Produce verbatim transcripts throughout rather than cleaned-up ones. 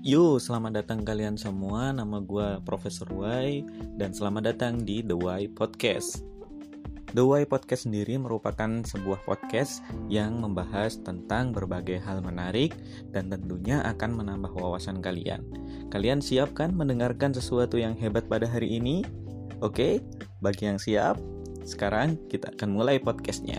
Yo, selamat datang kalian semua. Nama gue Profesor Y dan selamat datang di The Y Podcast. The Y Podcast sendiri merupakan sebuah podcast yang membahas tentang berbagai hal menarik dan tentunya akan menambah wawasan kalian. Kalian siap kan mendengarkan sesuatu yang hebat pada hari ini? Oke, bagi yang siap, sekarang kita akan mulai podcastnya.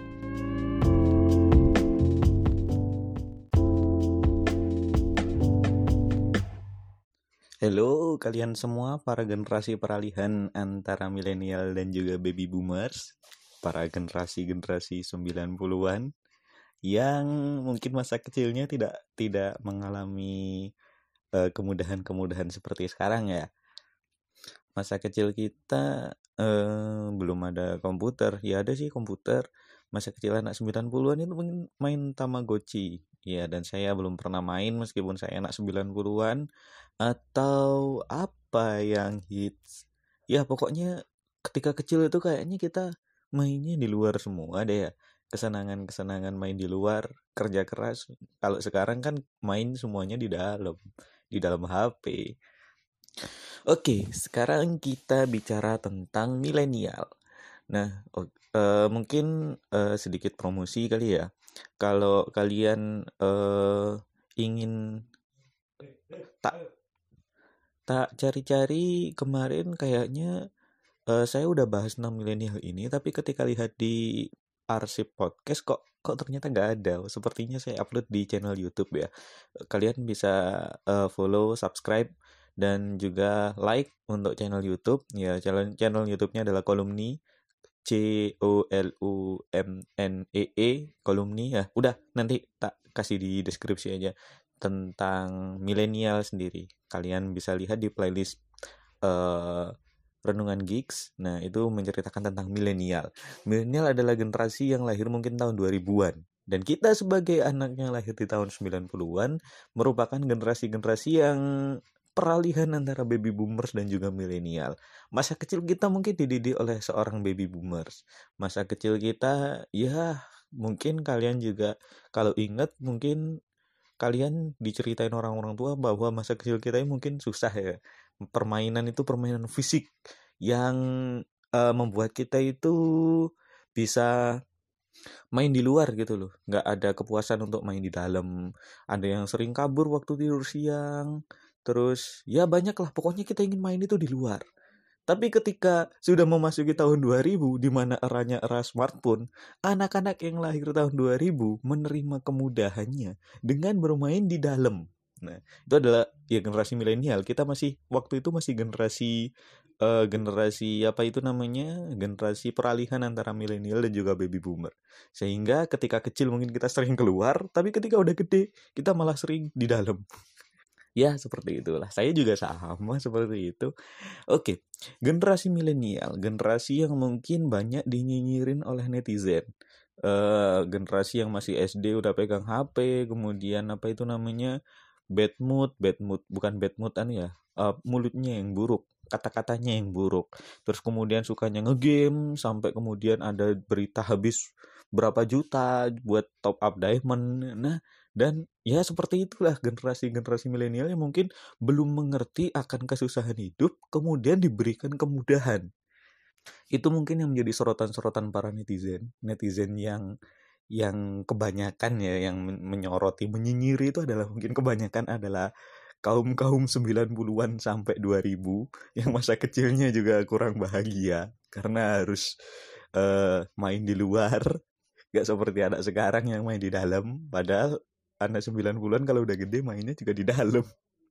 Halo kalian semua para generasi peralihan antara milenial dan juga baby boomers, para generasi-generasi sembilan puluhan yang mungkin masa kecilnya tidak tidak mengalami uh, kemudahan-kemudahan seperti sekarang ya. Masa kecil kita uh, belum ada komputer, ya ada sih komputer. Masa kecil anak sembilan puluhan itu main, main Tamagotchi. Ya, dan saya belum pernah main meskipun saya anak sembilan puluhan. Atau apa yang hits. Ya, pokoknya ketika kecil itu kayaknya kita mainnya di luar semua deh ya. Kesenangan-kesenangan main di luar, kerja keras. Kalau sekarang kan main semuanya di dalam, di dalam H P. Oke, sekarang kita bicara tentang milenial. Nah, uh, mungkin uh, sedikit promosi kali ya. Kalau kalian uh, ingin tak tak cari-cari kemarin kayaknya uh, saya udah bahas tentang milenial ini, tapi ketika lihat di arsip podcast kok kok ternyata nggak ada. Sepertinya saya upload di channel YouTube ya. Kalian bisa uh, follow, subscribe, dan juga like untuk channel YouTube. Ya, channel channel YouTube-nya adalah Kolumni. C O L U M N E E Kolumni ya. Udah, nanti tak kasih di deskripsi aja tentang milenial sendiri. Kalian bisa lihat di playlist uh, Renungan Geeks. Nah, itu menceritakan tentang milenial. Milenial adalah generasi yang lahir mungkin tahun dua ribuan. Dan kita sebagai anaknya lahir di tahun sembilan puluhan merupakan generasi-generasi yang peralihan antara baby boomers dan juga milenial. Masa kecil kita mungkin dididik oleh seorang baby boomers. Masa kecil kita, ya mungkin kalian juga kalau ingat mungkin kalian diceritain orang-orang tua bahwa masa kecil kita ini mungkin susah ya. Permainan itu permainan fisik yang uh, membuat kita itu bisa main di luar gitu loh. Nggak ada kepuasan untuk main di dalam. Ada yang sering kabur waktu tidur siang. Terus ya banyak lah, pokoknya kita ingin main itu di luar. Tapi ketika sudah memasuki tahun dua ribu, di mana eranya era smartphone, anak-anak yang lahir tahun dua ribu menerima kemudahannya dengan bermain di dalam. Nah, itu adalah ya generasi milenial. Kita masih waktu itu masih generasi uh, generasi apa itu namanya? Generasi peralihan antara milenial dan juga baby boomer. Sehingga ketika kecil mungkin kita sering keluar, tapi ketika udah gede kita malah sering di dalam. Ya, seperti itulah. Saya juga sama seperti itu. Oke, generasi milenial, generasi yang mungkin banyak dinyinyirin oleh netizen. Uh, generasi yang masih S D udah pegang H P, kemudian apa itu namanya? Bad mood, bad mood, bukan bad mood an ya. Uh, mulutnya yang buruk, kata-katanya yang buruk. Terus kemudian sukanya ngegame sampai kemudian ada berita habis berapa juta buat top up diamond. Nah, dan ya seperti itulah generasi-generasi milenial yang mungkin belum mengerti akan kesusahan hidup, kemudian diberikan kemudahan. Itu mungkin yang menjadi sorotan-sorotan para netizen. Netizen yang yang kebanyakan ya, yang menyoroti, menyinyiri itu adalah mungkin kebanyakan adalah kaum-kaum sembilan puluhan sampai dua ribu yang masa kecilnya juga kurang bahagia karena harus uh, main di luar. Gak seperti anak sekarang yang main di dalam, padahal anak sembilan puluhan kalau udah gede mainnya juga di dalam.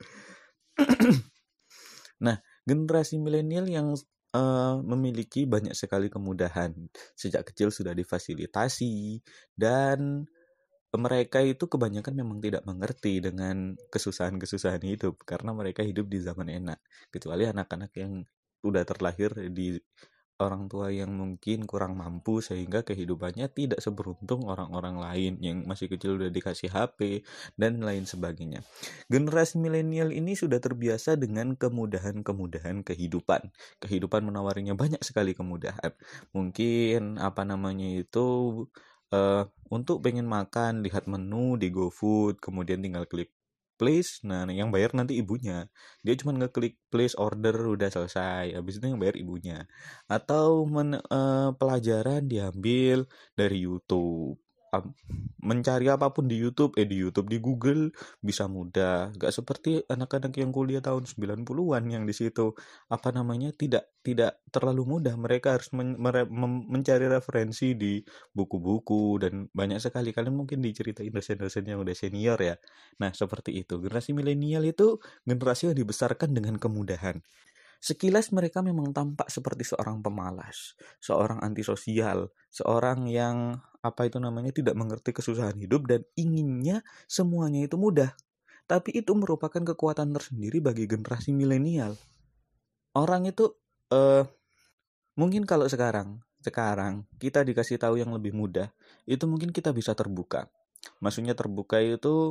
Nah, generasi milenial yang uh, memiliki banyak sekali kemudahan. Sejak kecil sudah difasilitasi dan mereka itu kebanyakan memang tidak mengerti dengan kesusahan-kesusahan hidup karena mereka hidup di zaman enak. Kecuali anak-anak yang udah terlahir di orang tua yang mungkin kurang mampu sehingga kehidupannya tidak seberuntung orang-orang lain yang masih kecil udah dikasih H P dan lain sebagainya. Generasi milenial ini sudah terbiasa dengan kemudahan-kemudahan kehidupan. Kehidupan menawarinya banyak sekali kemudahan. Mungkin apa namanya itu uh, untuk pengen makan lihat menu di GoFood, kemudian tinggal klik place, nah yang bayar nanti ibunya. Dia cuma ngeklik place order udah selesai, habis itu yang bayar ibunya. Atau men, eh, pelajaran diambil dari YouTube. Am- Mencari apapun di YouTube, eh di YouTube, di Google bisa mudah. Gak seperti anak-anak yang kuliah tahun sembilan puluhan yang di situ apa namanya tidak tidak terlalu mudah. Mereka harus men- mere- mem- mencari referensi di buku-buku dan banyak sekali. Kalian mungkin diceritain dosen-dosen yang udah senior ya. Nah, seperti itu. Generasi milenial itu generasi yang dibesarkan dengan kemudahan. Sekilas mereka memang tampak seperti seorang pemalas, seorang antisosial, seorang yang apa itu namanya tidak mengerti kesusahan hidup dan inginnya semuanya itu mudah. Tapi itu merupakan kekuatan tersendiri bagi generasi milenial. Orang itu eh mungkin kalau sekarang, sekarang kita dikasih tahu yang lebih mudah, itu mungkin kita bisa terbuka. Maksudnya terbuka itu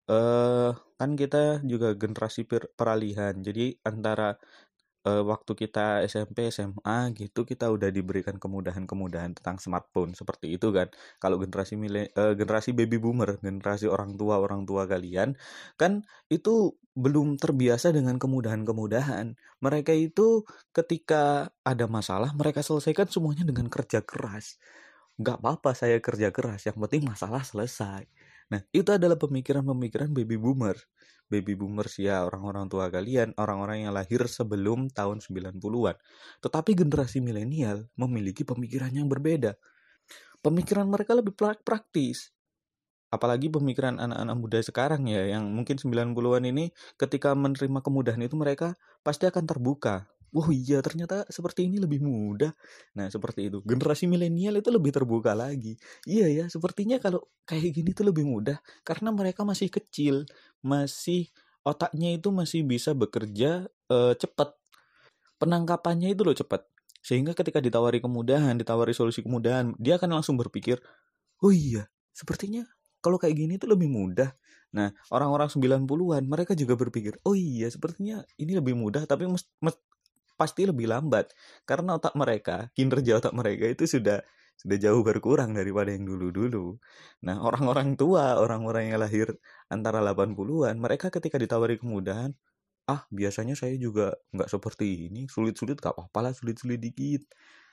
eh kan kita juga generasi per- peralihan. Jadi antara eh, waktu kita S M P, S M A gitu kita udah diberikan kemudahan-kemudahan tentang smartphone seperti itu kan. Kalau generasi mile, eh, generasi baby boomer, generasi orang tua orang tua kalian kan itu belum terbiasa dengan kemudahan-kemudahan. Mereka itu ketika ada masalah mereka selesaikan semuanya dengan kerja keras. Nggak apa-apa saya kerja keras, yang penting masalah selesai. Nah, itu adalah pemikiran-pemikiran baby boomer. Baby boomers ya orang-orang tua kalian, orang-orang yang lahir sebelum tahun sembilan puluhan. Tetapi generasi milenial memiliki pemikiran yang berbeda. Pemikiran mereka lebih praktis. Apalagi pemikiran anak-anak muda sekarang ya, yang mungkin sembilan puluhan ini ketika menerima kemudahan itu mereka pasti akan terbuka. Oh iya, ternyata seperti ini lebih mudah. Nah, seperti itu. Generasi milenial itu lebih terbuka lagi. Iya ya, sepertinya kalau kayak gini tuh lebih mudah karena mereka masih kecil, masih otaknya itu masih bisa bekerja eh, cepat. Penangkapannya itu loh cepat. Sehingga ketika ditawari kemudahan, ditawari solusi kemudahan, dia akan langsung berpikir, oh iya, sepertinya kalau kayak gini tuh lebih mudah. Nah, orang-orang sembilan puluhan mereka juga berpikir, oh iya, sepertinya ini lebih mudah, tapi mes, mes, pasti lebih lambat. Karena otak mereka, kinerja otak mereka itu sudah sudah jauh berkurang daripada yang dulu-dulu. Nah, orang-orang tua, orang-orang yang lahir antara delapan puluhan, mereka ketika ditawari kemudahan, ah biasanya saya juga nggak seperti ini, sulit-sulit gak apa-apa lah, sulit-sulit dikit.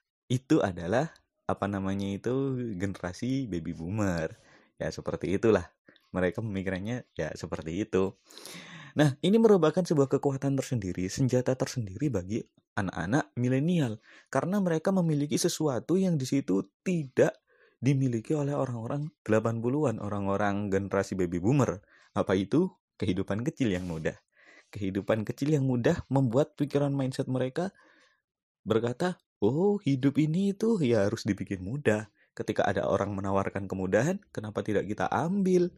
Itu adalah apa namanya itu generasi baby boomer. Ya seperti itulah. Mereka pemikirannya ya seperti itu. Nah, ini merupakan sebuah kekuatan tersendiri, senjata tersendiri bagi anak-anak milenial karena mereka memiliki sesuatu yang di situ tidak dimiliki oleh orang-orang delapan puluhan, orang-orang generasi baby boomer. Apa itu? Kehidupan kecil yang mudah. Kehidupan kecil yang mudah membuat pikiran mindset mereka berkata, oh hidup ini itu ya harus dibikin mudah. Ketika ada orang menawarkan kemudahan, kenapa tidak kita ambil?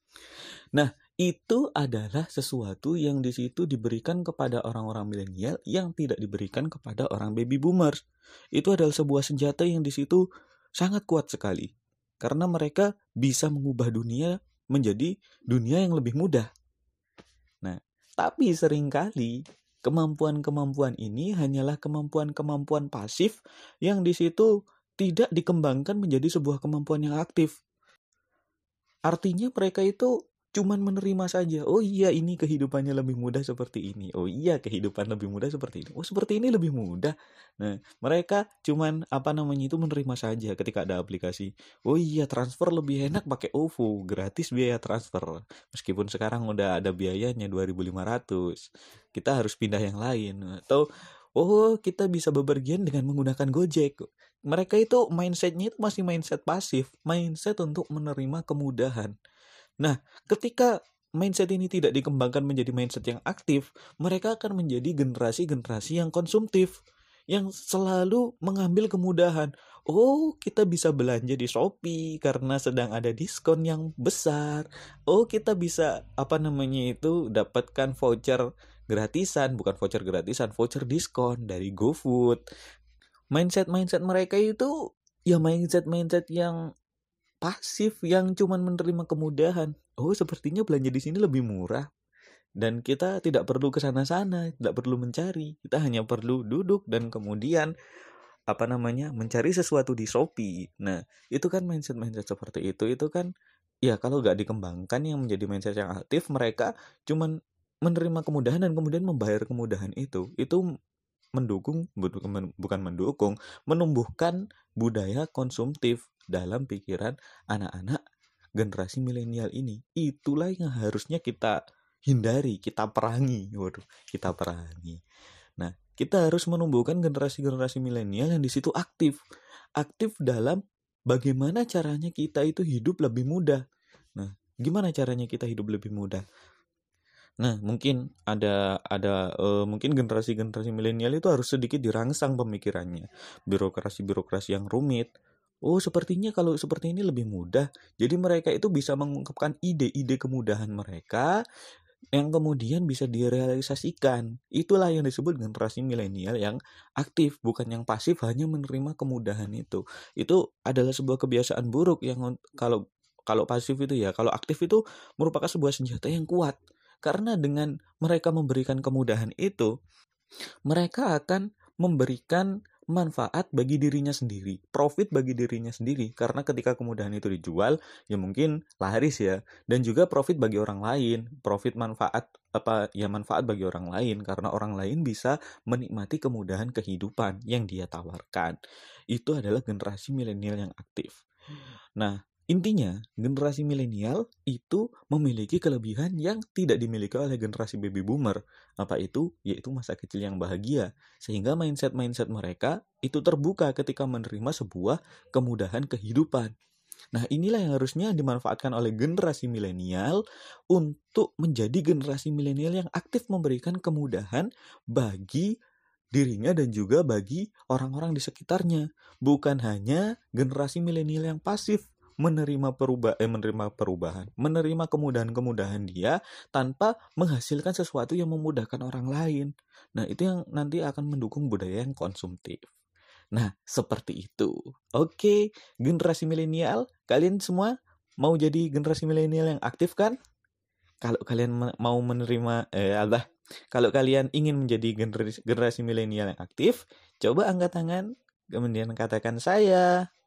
Nah, itu adalah sesuatu yang di situ diberikan kepada orang-orang milenial yang tidak diberikan kepada orang baby boomers. Itu adalah sebuah senjata yang di situ sangat kuat sekali. Karena mereka bisa mengubah dunia menjadi dunia yang lebih mudah. Nah, tapi seringkali kemampuan-kemampuan ini hanyalah kemampuan-kemampuan pasif yang di situ tidak dikembangkan menjadi sebuah kemampuan yang aktif. Artinya mereka itu cuman menerima saja. Oh iya, ini kehidupannya lebih mudah seperti ini. Oh iya, kehidupan lebih mudah seperti ini. Oh, seperti ini lebih mudah. Nah, mereka cuman apa namanya itu menerima saja ketika ada aplikasi. Oh iya, transfer lebih enak pakai O V O, gratis biaya transfer. Meskipun sekarang udah ada biayanya dua ribu lima ratus. Kita harus pindah yang lain. Atau oh, kita bisa bepergian dengan menggunakan Gojek. Mereka itu mindsetnya itu masih mindset pasif, mindset untuk menerima kemudahan. Nah, ketika mindset ini tidak dikembangkan menjadi mindset yang aktif, mereka akan menjadi generasi-generasi yang konsumtif, yang selalu mengambil kemudahan. Oh, kita bisa belanja di Shopee karena sedang ada diskon yang besar. Oh, kita bisa apa namanya itu dapatkan voucher gratisan, bukan voucher gratisan, voucher diskon dari GoFood. Mindset-mindset mereka itu ya mindset-mindset yang pasif yang cuman menerima kemudahan. Oh, sepertinya belanja di sini lebih murah dan kita tidak perlu ke sana-sana, tidak perlu mencari. Kita hanya perlu duduk dan kemudian apa namanya? Mencari sesuatu di Shopee. Nah, itu kan mindset-mindset seperti itu itu kan ya kalau nggak dikembangkan yang menjadi mindset yang aktif, mereka cuman menerima kemudahan dan kemudian membayar kemudahan itu. Itu mendukung bukan bukan mendukung, menumbuhkan budaya konsumtif dalam pikiran anak-anak generasi milenial ini. Itulah yang harusnya kita hindari, kita perangi. Waduh, kita perangi. Nah, kita harus menumbuhkan generasi-generasi milenial yang di situ aktif. Aktif dalam bagaimana caranya kita itu hidup lebih mudah. Nah, gimana caranya kita hidup lebih mudah? Nah, mungkin ada ada uh, mungkin generasi-generasi milenial itu harus sedikit dirangsang pemikirannya. Birokrasi-birokrasi yang rumit. Oh, sepertinya kalau seperti ini lebih mudah. Jadi mereka itu bisa mengungkapkan ide-ide kemudahan mereka yang kemudian bisa direalisasikan. Itulah yang disebut generasi milenial yang aktif, bukan yang pasif hanya menerima kemudahan itu. Itu adalah sebuah kebiasaan buruk yang kalau kalau pasif itu ya, kalau aktif itu merupakan sebuah senjata yang kuat. Karena dengan mereka memberikan kemudahan itu, mereka akan memberikan manfaat bagi dirinya sendiri, profit bagi dirinya sendiri, karena ketika kemudahan itu dijual, ya mungkin laris ya, dan juga profit bagi orang lain, profit manfaat apa ya manfaat bagi orang lain, karena orang lain bisa menikmati kemudahan kehidupan yang dia tawarkan. Itu adalah generasi milenial yang aktif. Nah, intinya generasi milenial itu memiliki kelebihan yang tidak dimiliki oleh generasi baby boomer. Apa itu? Yaitu masa kecil yang bahagia. Sehingga mindset-mindset mereka itu terbuka ketika menerima sebuah kemudahan kehidupan. Nah, inilah yang harusnya dimanfaatkan oleh generasi milenial untuk menjadi generasi milenial yang aktif memberikan kemudahan bagi dirinya dan juga bagi orang-orang di sekitarnya. Bukan hanya generasi milenial yang pasif menerima perubah eh menerima perubahan, menerima kemudahan-kemudahan dia tanpa menghasilkan sesuatu yang memudahkan orang lain. Nah, itu yang nanti akan mendukung budaya yang konsumtif. Nah, seperti itu. Oke, generasi milenial, kalian semua mau jadi generasi milenial yang aktif kan? Kalau kalian mau menerima eh Allah, kalau kalian ingin menjadi generasi, generasi milenial yang aktif, coba angkat tangan, kemudian katakan saya.